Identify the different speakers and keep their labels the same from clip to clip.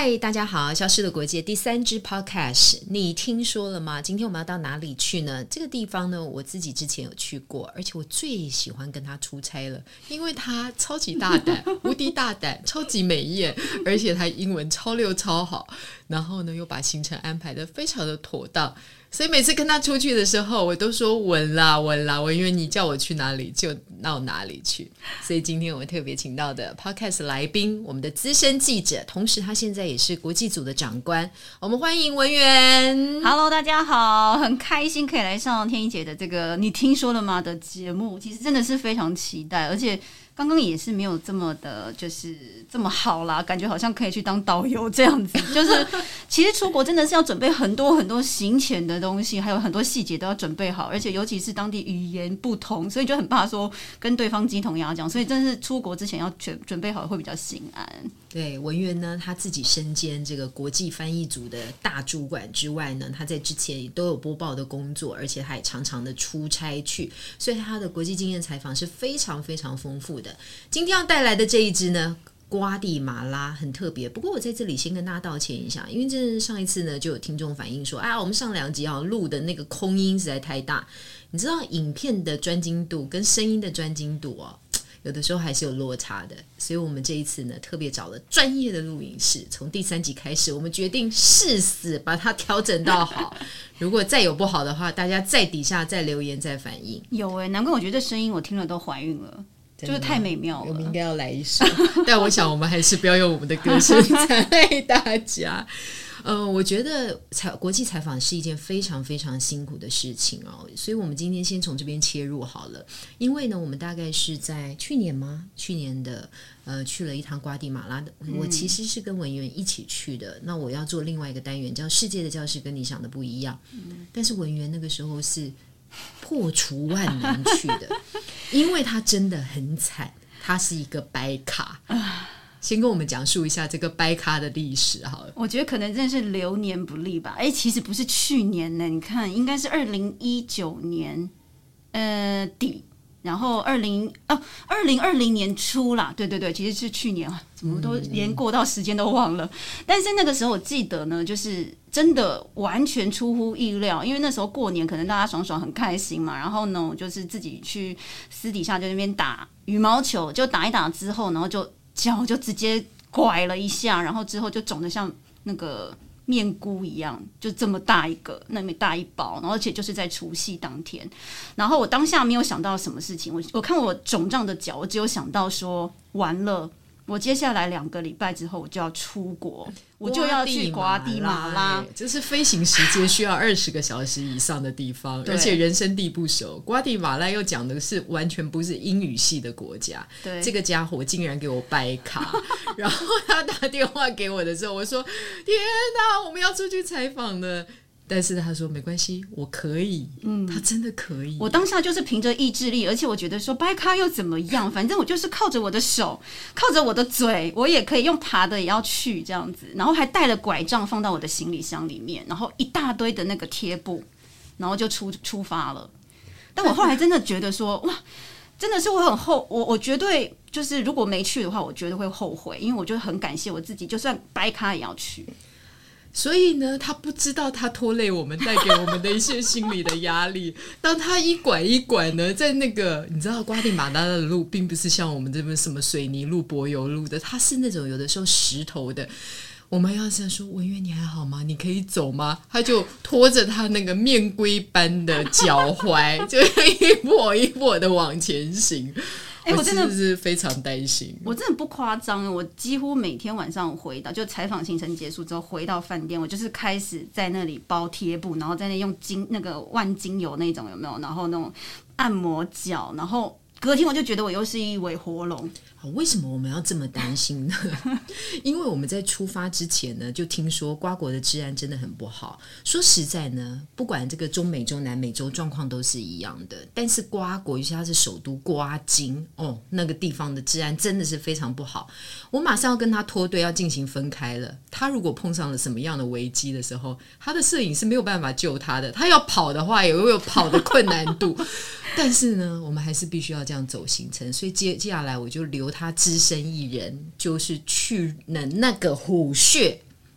Speaker 1: 嗨，大家好，消失的国界第3支 podcast， 你听说了吗？今天我们要到哪里去呢？这个地方呢，我自己之前有去过，而且我最喜欢跟他出差了，因为他超级大胆，无敌大胆，超级美艳，而且他英文超溜超好，然后呢又把行程安排得非常的妥当，所以每次跟他出去的时候，我都说稳啦稳啦，我因为你叫我去哪里就到哪里去。所以今天我们特别请到的 podcast 来宾，我们的资深记者，同时他现在也是国际组的长官，我们欢迎文媛。
Speaker 2: Hello， 大家好，很开心可以来上天一姐的这个你听说了吗的节目，其实真的是非常期待，而且刚刚也是没有这么的，就是这么好啦，感觉好像可以去当导游这样子。就是其实出国真的是要准备很多很多行前的东西，还有很多细节都要准备好，而且尤其是当地语言不同，所以就很怕说跟对方鸡同鸭讲，所以真的是出国之前要准备好会比较心安。
Speaker 1: 对，文媛呢，他自己身兼这个国际翻译组的大主管之外呢，他在之前也都有播报的工作，而且他也常常的出差去，所以他的国际经验采访是非常非常丰富的。今天要带来的这一支呢，瓜地马拉很特别，不过我在这里先跟大家道歉一下，因为这上一次呢就有听众反映说，我们上2集录的那个空音实在太大，你知道影片的专精度跟声音的专精度有的时候还是有落差的，所以我们这一次呢特别找了专业的录影室，从第3集开始我们决定誓死把它调整到好，如果再有不好的话，大家在底下再留言再反映。
Speaker 2: 有难怪我觉得这声音我听了都怀孕了，就是太美妙了。
Speaker 1: 我们应该要来一首但我想我们还是不要用我们的歌声残害大家。我觉得国际采访是一件非常非常辛苦的事情所以我们今天先从这边切入好了。因为呢，我们大概是在去年的去了一趟瓜地马拉的，我其实是跟文媛一起去的。那我要做另外一个单元叫世界的教室跟你想的不一样，但是文媛那个时候是破除万难去的因为他真的很惨，他是一个白卡先跟我们讲述一下这个白卡的历史好了。
Speaker 2: 我觉得可能真的是流年不利吧。其实不是去年呢，你看应该是2019年底，然后2020年初啦，对，其实是去年怎么都连过到时间都忘了。但是那个时候我记得呢，就是真的完全出乎意料，因为那时候过年可能大家爽爽很开心嘛，然后呢我就是自己去私底下就那边打羽毛球，就打一打之后，然后就脚就直接拐了一下，然后之后就肿得像那个面菇一样，就这么大一个，那么大一包，然后而且就是在除夕当天。然后我当下没有想到什么事情，我看我肿胀的脚，我只有想到说完了，我接下来2个礼拜之后我就要出国，我就要去瓜地马拉，
Speaker 1: 这是飞行时间需要20个小时以上的地方，而且人生地不熟。瓜地马拉又讲的是完全不是英语系的国家，对，这个家伙竟然给我掰卡然后他打电话给我的时候，我说天哪，我们要出去采访了。但是他说没关系，我可以，他真的可以。
Speaker 2: 我当下就是凭着意志力，而且我觉得说掰咖又怎么样，反正我就是靠着我的手，靠着我的嘴，我也可以用爬的也要去这样子，然后还带了拐杖放到我的行李箱里面，然后一大堆的那个贴布，然后就出发了。但我后来真的觉得说，哇，真的是我绝对就是如果没去的话，我绝对会后悔，因为我就很感谢我自己，就算掰咖也要去。
Speaker 1: 所以呢，他不知道他拖累我们，带给我们的一些心理的压力。当他一拐一拐呢，在那个你知道瓜地马拉的路并不是像我们这边什么水泥路、柏油路的，它是那种有的时候石头的。我们要是说文媛你还好吗？你可以走吗？他就拖着他那个面龟般的脚踝，就一跛一跛的往前行。我真的是非常担心，
Speaker 2: 我真的不夸张，我几乎每天晚上回到就采访行程结束之后回到饭店，我就是开始在那里包贴布，然后在那用那个万金油那种有没有，然后那种按摩脚，然后隔天我就觉得我又是一尾活龙。
Speaker 1: 为什么我们要这么担心呢？因为我们在出发之前呢，就听说瓜国的治安真的很不好。说实在呢，不管这个中美洲、南美洲状况都是一样的，但是瓜国，尤其它是首都瓜金那个地方的治安真的是非常不好。我马上要跟他脱队，要进行分开了。他如果碰上了什么样的危机的时候，他的摄影是没有办法救他的。他要跑的话，也会有跑的困难度。但是呢，我们还是必须要这样走行程，所以接下来我就留他只身一人，就是去那个虎穴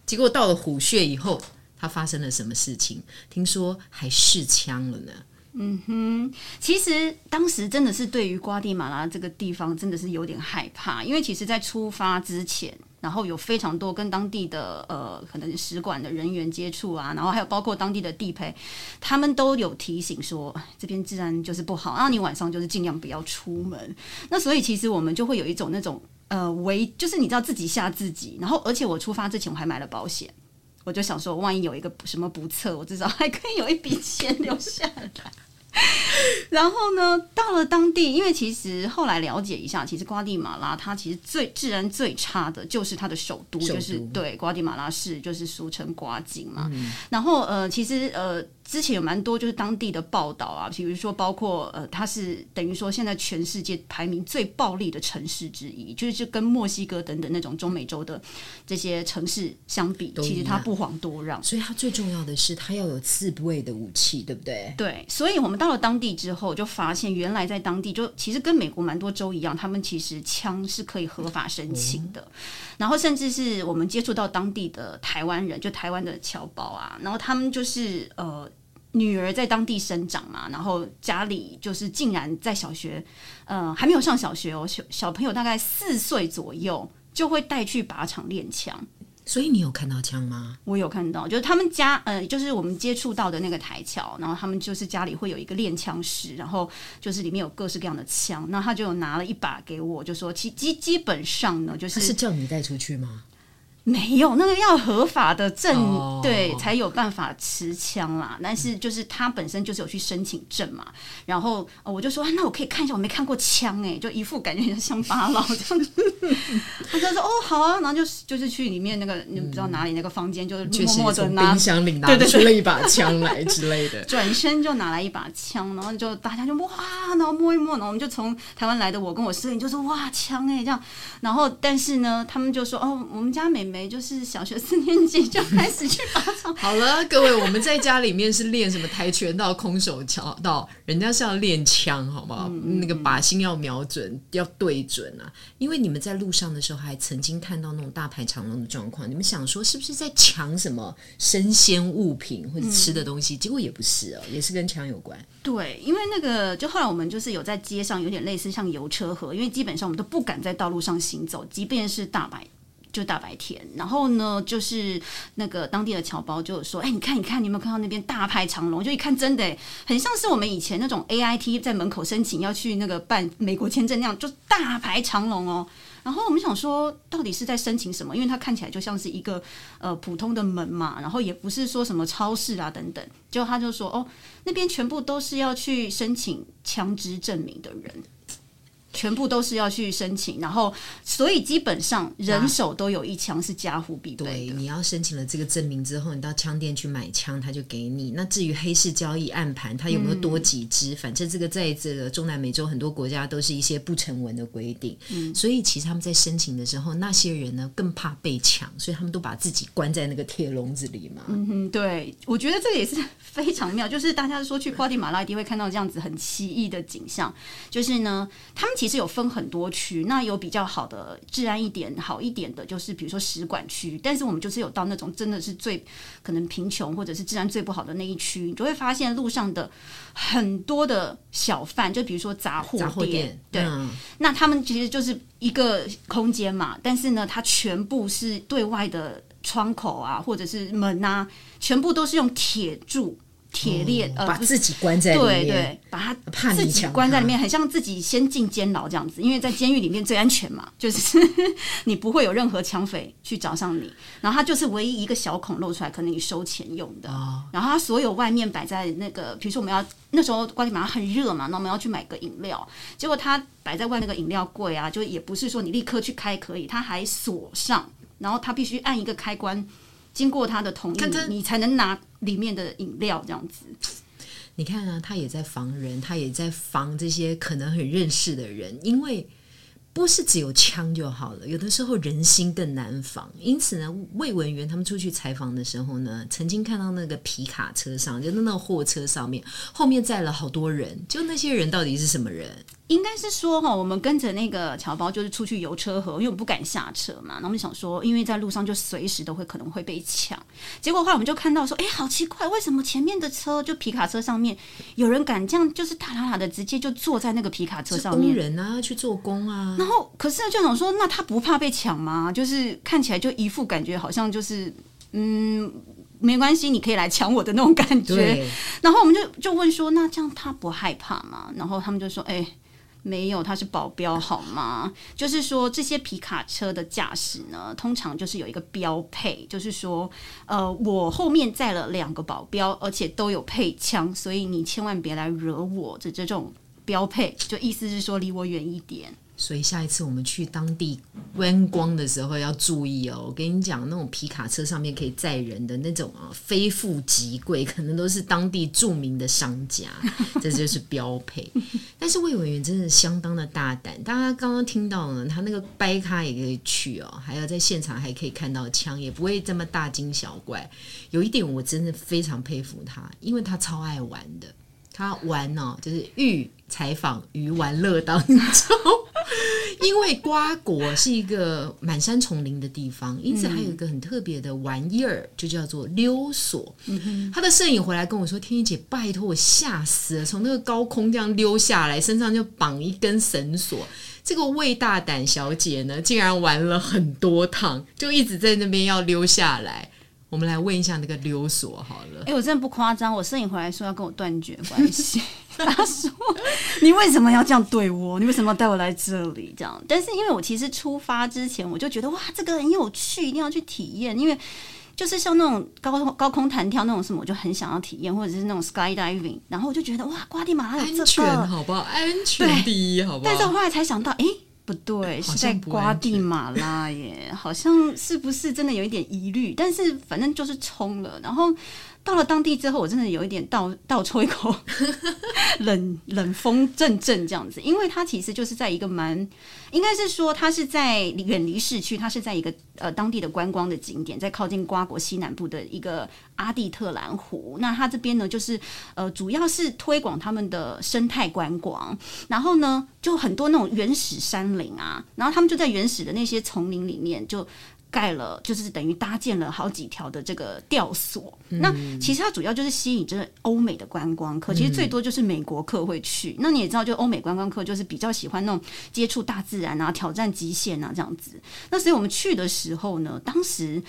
Speaker 1: 结果到了虎穴以后，他发生了什么事情？听说还试枪了呢。
Speaker 2: 其实当时真的是对于瓜地马拉这个地方真的是有点害怕，因为其实在出发之前，然后有非常多跟当地的可能使馆的人员接触啊，然后还有包括当地的地陪，他们都有提醒说这边治安就是不好，那你晚上就是尽量不要出门。那所以其实我们就会有一种那种就是你知道自己吓自己，然后而且我出发之前我还买了保险，我就想说万一有一个什么不测，我至少还可以有一笔钱留下来。然后呢，到了当地，因为其实后来了解一下，其实瓜地马拉它其实治安最差的就是它的首都，就是对瓜地马拉市，就是俗称瓜境嘛。然后其实之前有蛮多就是当地的报道啊，比如说包括它是等于说现在全世界排名最暴力的城市之一，就是跟墨西哥等等那种中美洲的这些城市相比，其实它不遑多让。
Speaker 1: 所以它最重要的是它要有自卫的武器，对不对？
Speaker 2: 对，所以我们到了当地之后，就发现原来在当地就其实跟美国蛮多州一样，他们其实枪是可以合法申请的。然后甚至是我们接触到当地的台湾人，就台湾的侨胞啊，然后他们就是女儿在当地生长嘛，然后家里就是竟然在小学还没有上小学哦，小朋友大概4岁左右就会带去靶场练枪。
Speaker 1: 所以你有看到枪吗？
Speaker 2: 我有看到，就是他们家就是我们接触到的那个台侨，然后他们就是家里会有一个练枪室，然后就是里面有各式各样的枪，那他就有拿了一把给我，就说基本上呢，就是
Speaker 1: 他是叫你带出去吗？
Speaker 2: 没有，那个要合法的证，对，才有办法持枪啦。但是就是他本身就是有去申请证嘛，然后我就说那我可以看一下，我没看过枪就一副感觉像巴老这样子。他就说好啊，然后就是去里面那个你不知道哪里那个房间，就是默默的拿
Speaker 1: 冰箱里拿出了一把枪来之类的，
Speaker 2: 转身就拿来一把枪，然后就大家就哇，然后摸一摸，然后我们就从台湾来的我跟我摄影就说哇枪这样，然后但是呢，他们就说我们家妹妹就是小学4年级就开始去靶场。
Speaker 1: 好了，各位，我们在家里面是练什么跆拳道、空手道，人家是要练枪，好不好？那个靶心要瞄准，要对准啊！因为你们在路上的时候还曾经看到那种大排长龙的状况，你们想说是不是在抢什么生鲜物品或者吃的东西？结果也不是哦，也是跟枪有关。
Speaker 2: 对，因为那个就后来我们就是有在街上有点类似像油车河，因为基本上我们都不敢在道路上行走，即便是大白天，然后呢，就是那个当地的侨胞就有说，你看，你有没有看到那边大排长龙？就一看，真的很像是我们以前那种 AIT 在门口申请要去那个办美国签证那样，就大排长龙哦。然后我们想说，到底是在申请什么？因为它看起来就像是一个普通的门嘛，然后也不是说什么超市啊等等。结果他就说，那边全部都是要去申请枪支证明的人。全部都是要去申请，然后所以基本上人手都有一枪是家户必备的。
Speaker 1: 对，你要申请了这个证明之后，你到枪店去买枪，他就给你。那至于黑市交易暗盘，他有没有多几支？反正这个在这个中南美洲很多国家都是一些不成文的规定。所以其实他们在申请的时候，那些人呢更怕被抢，所以他们都把自己关在那个铁笼子里嘛。
Speaker 2: 对，我觉得这个也是非常妙，就是大家说去瓜地马拉一定会看到这样子很奇异的景象，就是呢，他们其实有分很多区，那有比较好的治安好一点的，就是比如说使馆区，但是我们就是有到那种真的是最可能贫穷或者是治安最不好的那一区，你就会发现路上的很多的小贩，就比如说杂货店，对，那他们其实就是一个空间嘛，但是呢，它全部是对外的窗口啊，或者是门啊，全部都是用铁柱。铁链
Speaker 1: 把自己关在里面，
Speaker 2: 对，把他自己关在里面，很像自己先进监牢这样子，因为在监狱里面最安全嘛，就是你不会有任何抢匪去找上你，然后它就是唯一一个小孔露出来，可能你收钱用的。然后它所有外面摆在那个，比如说那时候瓜地马拉很热嘛，那我们要去买个饮料，结果它摆在外那个饮料柜啊，就也不是说你立刻去开可以，它还锁上，然后它必须按一个开关。经过他的同意，你才能拿里面的饮料这样子。
Speaker 1: 你看啊，他也在防人，他也在防这些可能很认识的人，因为不是只有枪就好了，有的时候人心更难防。因此呢，魏文元他们出去采访的时候呢，曾经看到那个皮卡车上，就那个货车上面后面载了好多人，就那些人到底是什么人？
Speaker 2: 应该是说我们跟着那个侨胞就是出去游车河，因为我们不敢下车嘛，然后我们想说，因为在路上就随时都会可能会被抢。结果后来我们就看到说，好奇怪，为什么前面的车就皮卡车上面有人敢这样，就是塔塔塔的直接就坐在那个皮卡车上面？
Speaker 1: 工人啊，去做工啊。
Speaker 2: 然后可是就想说，那他不怕被抢吗？就是看起来就一副感觉好像就是没关系，你可以来抢我的那种感觉。然后我们就问说，那这样他不害怕吗？然后他们就说，没有，他是保镖好吗？就是说这些皮卡车的驾驶呢，通常就是有一个标配，就是说我后面载了2个保镖，而且都有配枪，所以你千万别来惹我，这种标配，就意思是说离我远一点。
Speaker 1: 所以下一次我们去当地观光的时候要注意哦。我跟你讲，那种皮卡车上面可以载人的那种非富即贵，可能都是当地著名的商家，这就是标配。但是魏委员真的相当的大胆，大家刚刚听到呢，他那个掰咖也可以去哦，还要在现场还可以看到枪，也不会这么大惊小怪。有一点我真的非常佩服他，因为他超爱玩的。他玩就是寓采访于玩乐当中。因为瓜国是一个满山丛林的地方，因此还有一个很特别的玩意儿，就叫做溜索。他的摄影回来跟我说，天一姐拜托我吓死了，从那个高空这样溜下来，身上就绑一根绳索。这个魏大胆小姐呢，竟然玩了很多趟，就一直在那边要溜下来。我们来问一下那个溜索好了。
Speaker 2: 我真的不夸张，我摄影回来说要跟我断绝关系。他说：“你为什么要这样对我？你为什么要带我来这里？这样？”但是因为我其实出发之前我就觉得哇，这个很有趣，一定要去体验。因为就是像那种高空弹跳那种什么，我就很想要体验，或者是那种 skydiving。然后我就觉得哇，瓜地马拉有这个，
Speaker 1: 安全好不好？安全第一好不好？
Speaker 2: 但是我后来才想到，不对，是在瓜地马拉耶，好像是不是真的有一点疑虑？但是反正就是冲了，然后到了当地之后，我真的有一点倒抽一口冷风阵阵这样子，因为它其实就是在一个应该是说它是在远离市区，它是在一个当地的观光的景点，在靠近瓜国西南部的一个阿蒂特兰湖。那它这边呢，就是主要是推广他们的生态观光，然后呢，就很多那种原始山林啊，然后他们就在原始的那些丛林里面就盖了，就是等于搭建了好几条的这个吊索。那其实它主要就是吸引就是欧美的观光客，其实最多就是美国客会去。那你也知道，就欧美观光客就是比较喜欢那种接触大自然啊、挑战极限啊这样子。那所以我们去的时候呢，当时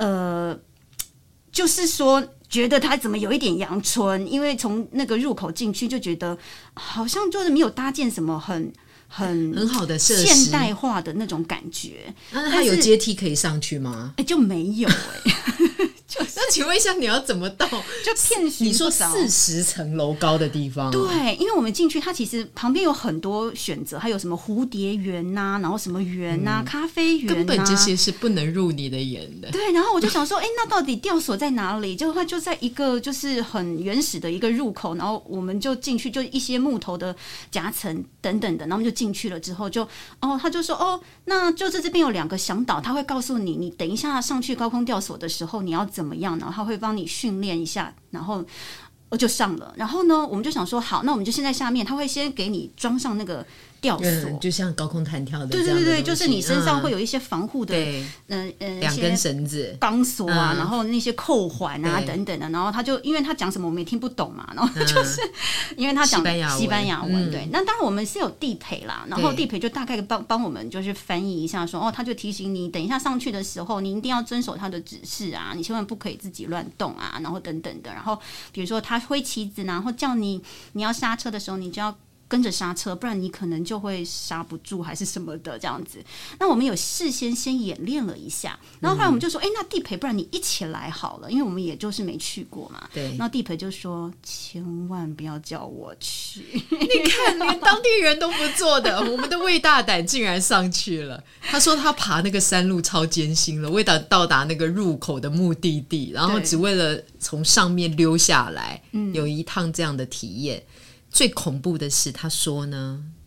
Speaker 2: 就是说觉得它怎么有一点阳春，因为从那个入口进去就觉得好像就是没有搭建什么很
Speaker 1: 好的设施，
Speaker 2: 现代化的那种感觉。
Speaker 1: 那它有阶梯可以上去吗？
Speaker 2: 就没有
Speaker 1: 那请问一下，你要怎么到？
Speaker 2: 就遍寻
Speaker 1: 你说40层楼高的地方？
Speaker 2: 对，因为我们进去，它其实旁边有很多选择，还有什么蝴蝶园呐、然后什么园呐、咖啡园
Speaker 1: 根本这些是不能入你的眼的。
Speaker 2: 对，然后我就想说，那到底吊索在哪里？结果它就在一个就是很原始的一个入口，然后我们就进去，就一些木头的夹层等等的，然后我们就进去了之后他就说那就是这边有2个向导，他会告诉你等一下上去高空吊索的时候你要怎么样，然后他会帮你训练一下，然后就上了。然后呢，我们就想说好，那我们就先在下面，他会先给你装上那个吊索，
Speaker 1: 就像高空弹跳的，
Speaker 2: 对，就是你身上会有一些防护的
Speaker 1: 2根绳子、
Speaker 2: 钢索啊，然后那些扣环啊等等的。然后他就因为他讲什么我们也听不懂嘛，然后就是因为他讲西班牙文，对。那当然我们是有地陪啦，然后地陪就大概帮我们就是翻译一下说，他就提醒你等一下上去的时候你一定要遵守他的指示啊，你千万不可以自己乱动啊，然后等等的。然后比如说他挥旗子，然后叫你要刹车的时候，你就要跟着刹车，不然你可能就会刹不住还是什么的这样子。那我们有事先演练了一下，然后后来我们就说那地陪不然你一起来好了，因为我们也就是没去过嘛。
Speaker 1: 对。
Speaker 2: 然后地陪就说千万不要叫我去。
Speaker 1: 你看连当地人都不做的我们的魏大胆竟然上去了。他说他爬那个山路超艰辛了，为了到达那个入口的目的地，然后只为了从上面溜下来，有一趟这样的体验。最恐怖的是他说呢，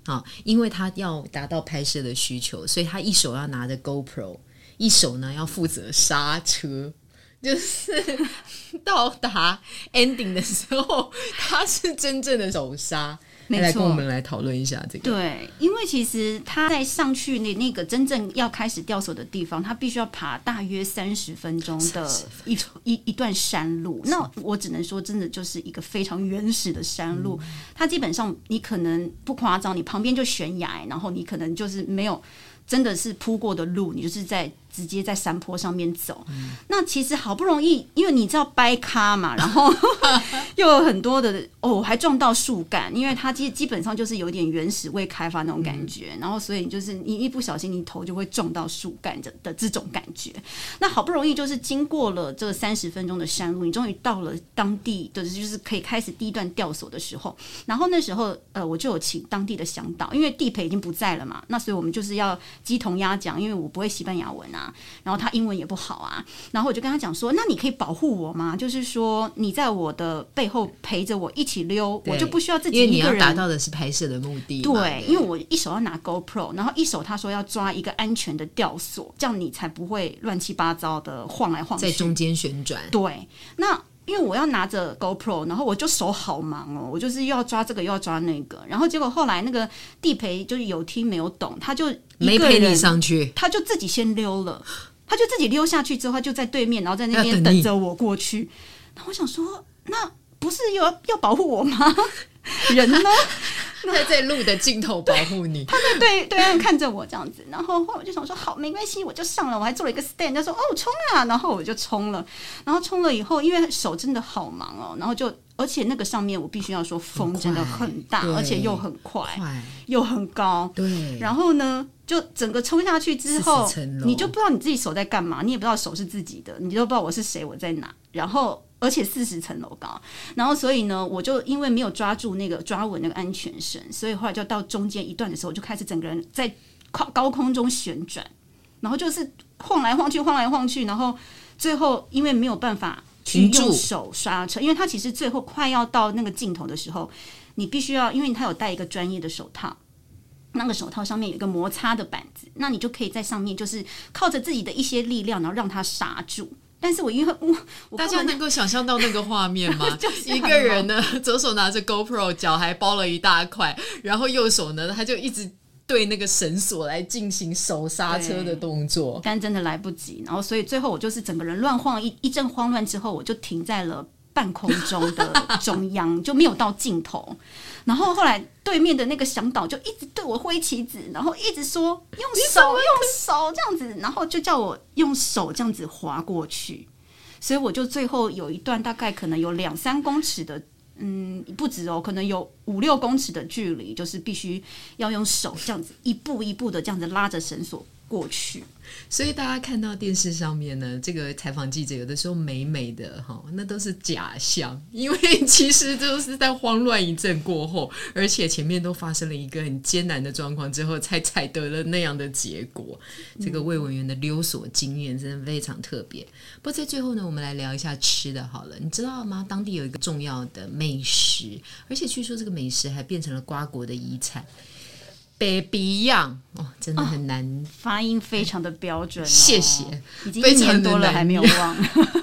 Speaker 1: 因为他要达到拍摄的需求，所以他一手要拿着 GoPro， 一手呢要负责刹车，就是到达 ending 的时候他是真正的手刹。来跟我们来讨论一下这个。
Speaker 2: 对，因为其实他在上去那个真正要开始吊索的地方，他必须要爬大约30分钟的一段山路。那我只能说，真的就是一个非常原始的山路。它基本上你可能不夸张，你旁边就悬崖，然后你可能就是没有真的是铺过的路，你就是直接在山坡上面走。那其实好不容易，因为你知道掰咖嘛，然后又有很多的还撞到树干，因为它基本上就是有点原始未开发那种感觉，然后所以就是你一不小心，你头就会撞到树干的这种感觉。那好不容易就是经过了这30分钟的山路，你终于到了当地的就是可以开始第一段吊索的时候。然后那时候我就有请当地的向导，因为地陪已经不在了嘛，那所以我们就是要鸡同鸭讲，因为我不会西班牙文啊，然后他英文也不好啊，然后我就跟他讲说，那你可以保护我吗？就是说你在我的背后陪着我一起溜，我就不需要自己一个人，
Speaker 1: 因为你要达到的是拍摄的目的。
Speaker 2: 对，因为我一手要拿 GoPro， 然后一手他说要抓一个安全的吊索，这样你才不会乱七八糟的晃来晃去，
Speaker 1: 在中间旋转。
Speaker 2: 对，那因为我要拿着 GoPro， 然后我就手好忙哦，我就是又要抓这个又要抓那个，然后结果后来那个地陪就是有听没有懂，他就
Speaker 1: 没陪你上去，
Speaker 2: 他就自己先溜了，他就自己溜下去之后，他就在对面，然后在那边等着我过去。然后我想说，那不是要保护我吗？人呢？
Speaker 1: 他在路的尽头保护你，
Speaker 2: 他在对岸看着我这样子，然后我就想说好没关系，我就上了，我还做了一个 stand， 就说冲啊，然后我就冲了，然后冲了以后，因为手真的好忙哦，然后就而且那个上面我必须要说风真的很大，而且又很快又很高，
Speaker 1: 对，
Speaker 2: 然后呢就整个冲下去之后，你就不知道你自己手在干嘛，你也不知道手是自己的，你就不知道我是谁，我在哪，然后。而且40层楼高，然后所以呢，我就因为没有抓住那个抓稳那个安全绳，所以后来就到中间一段的时候，我就开始整个人在高空中旋转，然后就是晃来晃去，然后最后因为没有办法去用手刹车，因为它其实最后快要到那个尽头的时候，你必须要，因为它有戴一个专业的手套。那个手套上面有一个摩擦的板子，那你就可以在上面就是靠着自己的一些力量，然后让它刹住。但是我因为我
Speaker 1: 大家能够想象到那个画面吗？一个人呢，左手拿着 GoPro， 脚还包了一大块，然后右手呢，他就一直对那个绳索来进行手刹车的动作，
Speaker 2: 但真的来不及。然后所以最后我就是整个人乱晃，一阵慌乱之后，我就停在了半空中的中央，就没有到尽头。然后后来对面的那个向导就一直对我挥旗子，然后一直说用手这样子，然后就叫我用手这样子滑过去。所以我就最后有一段大概可能有2-3公尺的，不止哦，可能有5-6公尺的距离，就是必须要用手这样子一步一步的这样子拉着绳索过去。
Speaker 1: 所以大家看到电视上面呢，这个采访记者有的时候美美的那都是假象，因为其实都是在慌乱一阵过后，而且前面都发生了一个很艰难的状况之后，才采得了那样的结果。这个魏文媛的溜索经验真的非常特别。不过在最后呢，我们来聊一下吃的好了。你知道吗？当地有一个重要的美食，而且据说这个美食还变成了瓜国的遗产。Baby Young 真的很难
Speaker 2: 发音，非常的标准
Speaker 1: 谢谢，
Speaker 2: 已经1年多了还没有忘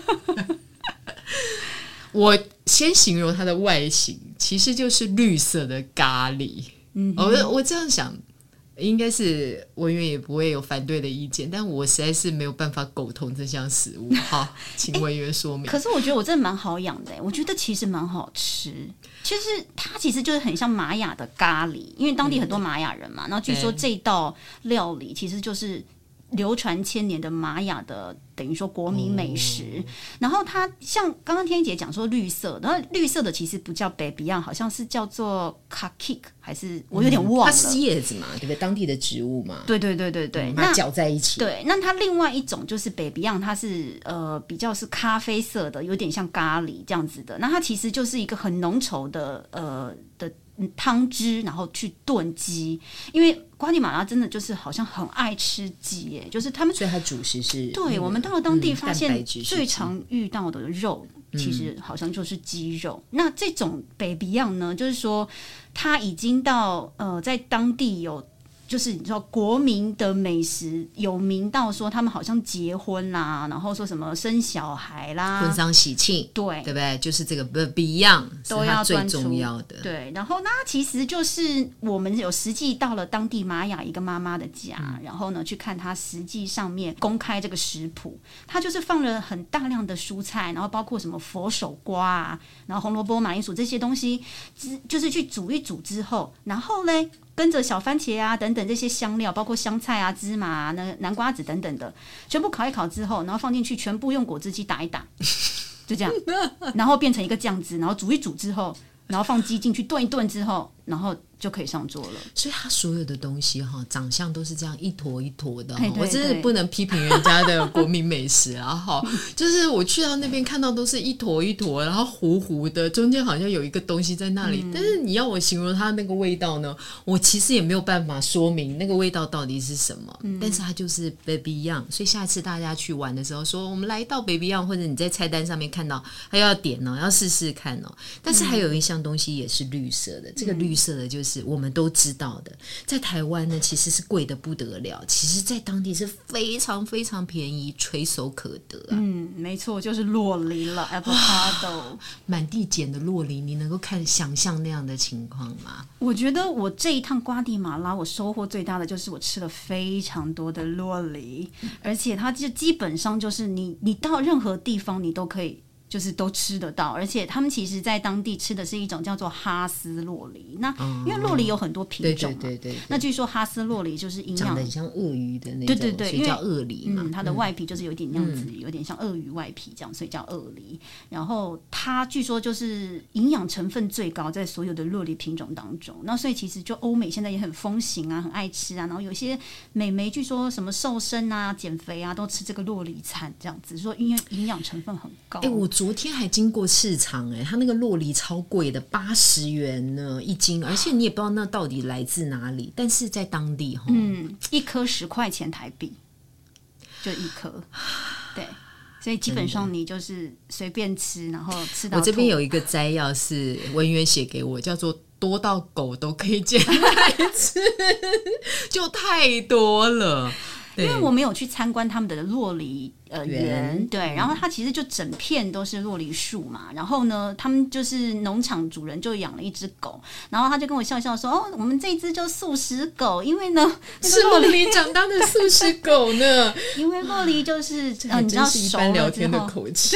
Speaker 1: 我先形容它的外形，其实就是绿色的咖喱。我这样想应该是文媛也不会有反对的意见，但我实在是没有办法苟同这项食物。好，请文媛说明。
Speaker 2: 可是我觉得我真的蛮好养的，我觉得其实蛮好吃。其实它其实就是很像玛雅的咖喱，因为当地很多玛雅人嘛，然后据说这道料理其实就是流传千年的玛雅的等于说国民美食。然后它像刚刚天一姐讲说绿色，然后绿色的其实不叫 Baby Young， 好像是叫做 Kakik， 还是我有点忘了。
Speaker 1: 它是叶子嘛，对不对？当地的植物嘛。
Speaker 2: 对，
Speaker 1: 它搅在一起。
Speaker 2: 对，那它另外一种就是 Baby Young， 它是比较是咖啡色的，有点像咖喱这样子的。那它其实就是一个很浓稠的汤汁，然后去炖鸡，因为瓜地马拉真的就是好像很爱吃鸡耶，就是他们，
Speaker 1: 所以它主食是
Speaker 2: 对，我们到了当地发现最常遇到的肉其实好像就是鸡肉。那这种北鼻样呢，就是说它已经到在当地有。就是你知道国民的美食有名到说他们好像结婚啦，然后说什么生小孩啦，
Speaker 1: 婚丧喜庆，对不对？就是这个不一样，
Speaker 2: 都要
Speaker 1: 最重要的。
Speaker 2: 对，然后那其实就是我们有实际到了当地玛雅一个妈妈的家，然后呢去看她实际上面公开这个食谱，她就是放了很大量的蔬菜，然后包括什么佛手瓜啊，然后红萝卜、马铃薯这些东西，就是去煮一煮之后，然后嘞。跟着小番茄啊等等这些香料，包括香菜啊、芝麻啊、南瓜子等等的，全部烤一烤之后，然后放进去，全部用果汁机打一打，就这样，然后变成一个酱汁，然后煮一煮之后，然后放鸡进去炖一炖之后，然后就可以上桌了。
Speaker 1: 所以它所有的东西长相都是这样一坨一坨的。
Speaker 2: 对对对，
Speaker 1: 我真是不能批评人家的国民美食啊。就是我去到那边看到都是一坨一坨，然后糊糊的，中间好像有一个东西在那里。但是你要我形容它那个味道呢，我其实也没有办法说明那个味道到底是什么。但是它就是 baby young， 所以下次大家去玩的时候说我们来到 baby young， 或者你在菜单上面看到还要点要试试看。但是还有一项东西也是绿色的，这个绿色的就是我们都知道的，在台湾呢其实是贵的不得了，其实在当地是非常非常便宜，垂手可得啊。
Speaker 2: 没错，就是酪梨了 avocado，
Speaker 1: 满地捡的酪梨，你能够想象那样的情况吗？
Speaker 2: 我觉得我这一趟瓜地马拉，我收获最大的就是我吃了非常多的酪梨，而且它就基本上就是你到任何地方你都可以。就是都吃得到，而且他们其实在当地吃的是一种叫做哈斯酪梨。那因为酪梨有很多品种嘛，
Speaker 1: 对，
Speaker 2: 那据说哈斯酪梨就是营养
Speaker 1: 长得很像鳄鱼的那种，对，所以叫鳄梨嘛。
Speaker 2: 它的外皮就是有点那样子，有点像鳄鱼外皮这样，所以叫鳄梨。然后它据说就是营养成分最高，在所有的酪梨品种当中。那所以其实就欧美现在也很风行啊，很爱吃啊。然后有些美眉据说什么瘦身啊、减肥啊，都吃这个酪梨餐这样子，说因为营养成分很高。
Speaker 1: 我昨天还经过市场，它那个酪梨超贵的，80元呢一斤，而且你也不知道那到底来自哪里。但是在当地
Speaker 2: 一颗10块钱台币，就一颗，对，所以基本上你就是随便吃，然后吃到。
Speaker 1: 我这边有一个摘要是文渊写给我，叫做多到狗都可以捡来吃，就太多了。
Speaker 2: 因为我没有去参观他们的酪梨园，对，然后它其实就整片都是酪梨树嘛，然后呢，他们就是农场主人就养了一只狗，然后他就跟我笑笑说：“哦，我们这一只就素食狗，因为呢
Speaker 1: 是酪梨长大的素食狗呢，
Speaker 2: 因为酪梨就是
Speaker 1: 你
Speaker 2: 知道
Speaker 1: 一般聊天的口气。”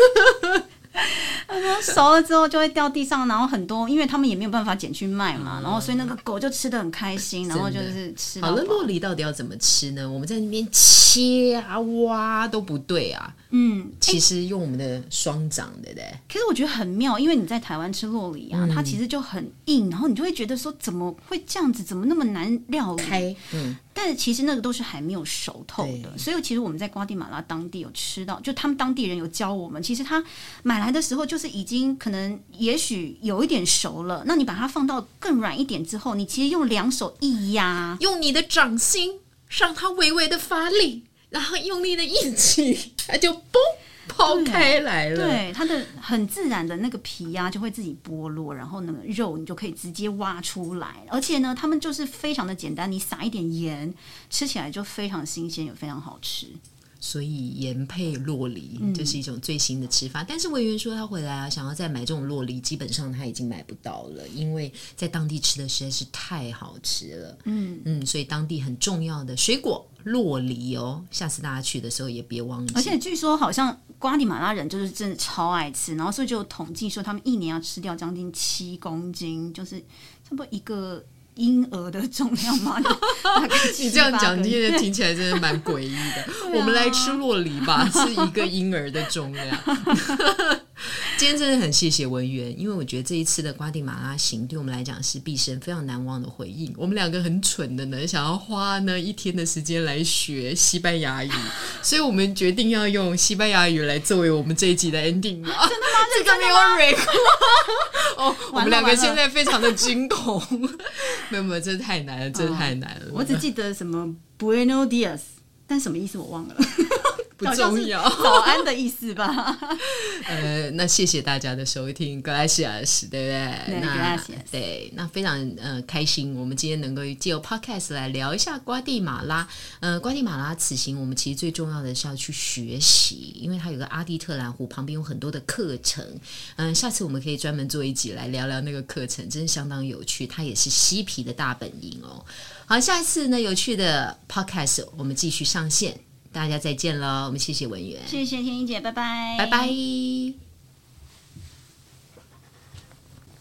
Speaker 2: 熟了之后就会掉地上，然后很多，因为他们也没有办法捡去卖嘛，然后所以那个狗就吃得很开心，然后就是吃到饱。
Speaker 1: 好了，酪梨到底要怎么吃呢？我们在那边切啊挖都不对啊。其实用我们的双掌，对不对？
Speaker 2: 可是我觉得很妙，因为你在台湾吃酪梨啊，它其实就很硬，然后你就会觉得说怎么会这样子，怎么那么难料理？但是其实那个都是还没有熟透的，所以其实我们在瓜地马拉当地有吃到，就他们当地人有教我们，其实他买来的时候就是已经可能也许有一点熟了，那你把它放到更软一点之后，你其实用2手一压，
Speaker 1: 用你的掌心让它微微的发力，然后用力的一挤，它就嘣抛开来了。
Speaker 2: 对，它的很自然的那个皮啊就会自己剥落，然后那个肉你就可以直接挖出来，而且呢他们就是非常的简单，你撒一点盐，吃起来就非常新鲜也非常好吃。
Speaker 1: 所以盐配酪梨这是一种最新的吃法，但是委员说他回来啊，想要再买这种酪梨，基本上他已经买不到了，因为在当地吃的实在是太好吃了。所以当地很重要的水果酪梨下次大家去的时候也别忘记。
Speaker 2: 而且据说好像瓜地马拉人就是真的超爱吃，然后所以就有统计说他们一年要吃掉将近7公斤，就是差不多一个婴儿的重量吗？
Speaker 1: 你这样讲听起来真的蛮诡异的。我们来吃酪梨吧，是一个婴儿的重量。今天真的很谢谢文渊，因为我觉得这一次的瓜地马拉行对我们来讲是毕生非常难忘的回应。我们2个很蠢的呢，想要花呢1天的时间来学西班牙语，所以我们决定要用西班牙语来作为我们这一集的 ending。真的吗？这个没有 record。我们2个现在非常的惊恐。没有，这太难了，这太难了。
Speaker 2: 我只记得什么 Buenos Dias， 但什么意思我忘了。
Speaker 1: 不重要，
Speaker 2: 早安的意思吧。
Speaker 1: 那谢谢大家的收听 Gracias 对不对？对，那非常开心我们今天能够借由 Podcast 来聊一下瓜地马拉。瓜地马拉此行我们其实最重要的是要去学习，因为它有个阿蒂特兰湖，旁边有很多的课程。下次我们可以专门做一集来聊聊那个课程，真是相当有趣，它也是嬉皮的大本营哦。好，下一次呢有趣的 Podcast 我们继续上线，大家再见了，我们谢谢文媛，
Speaker 2: 谢谢天一姐，拜拜，
Speaker 1: 拜拜。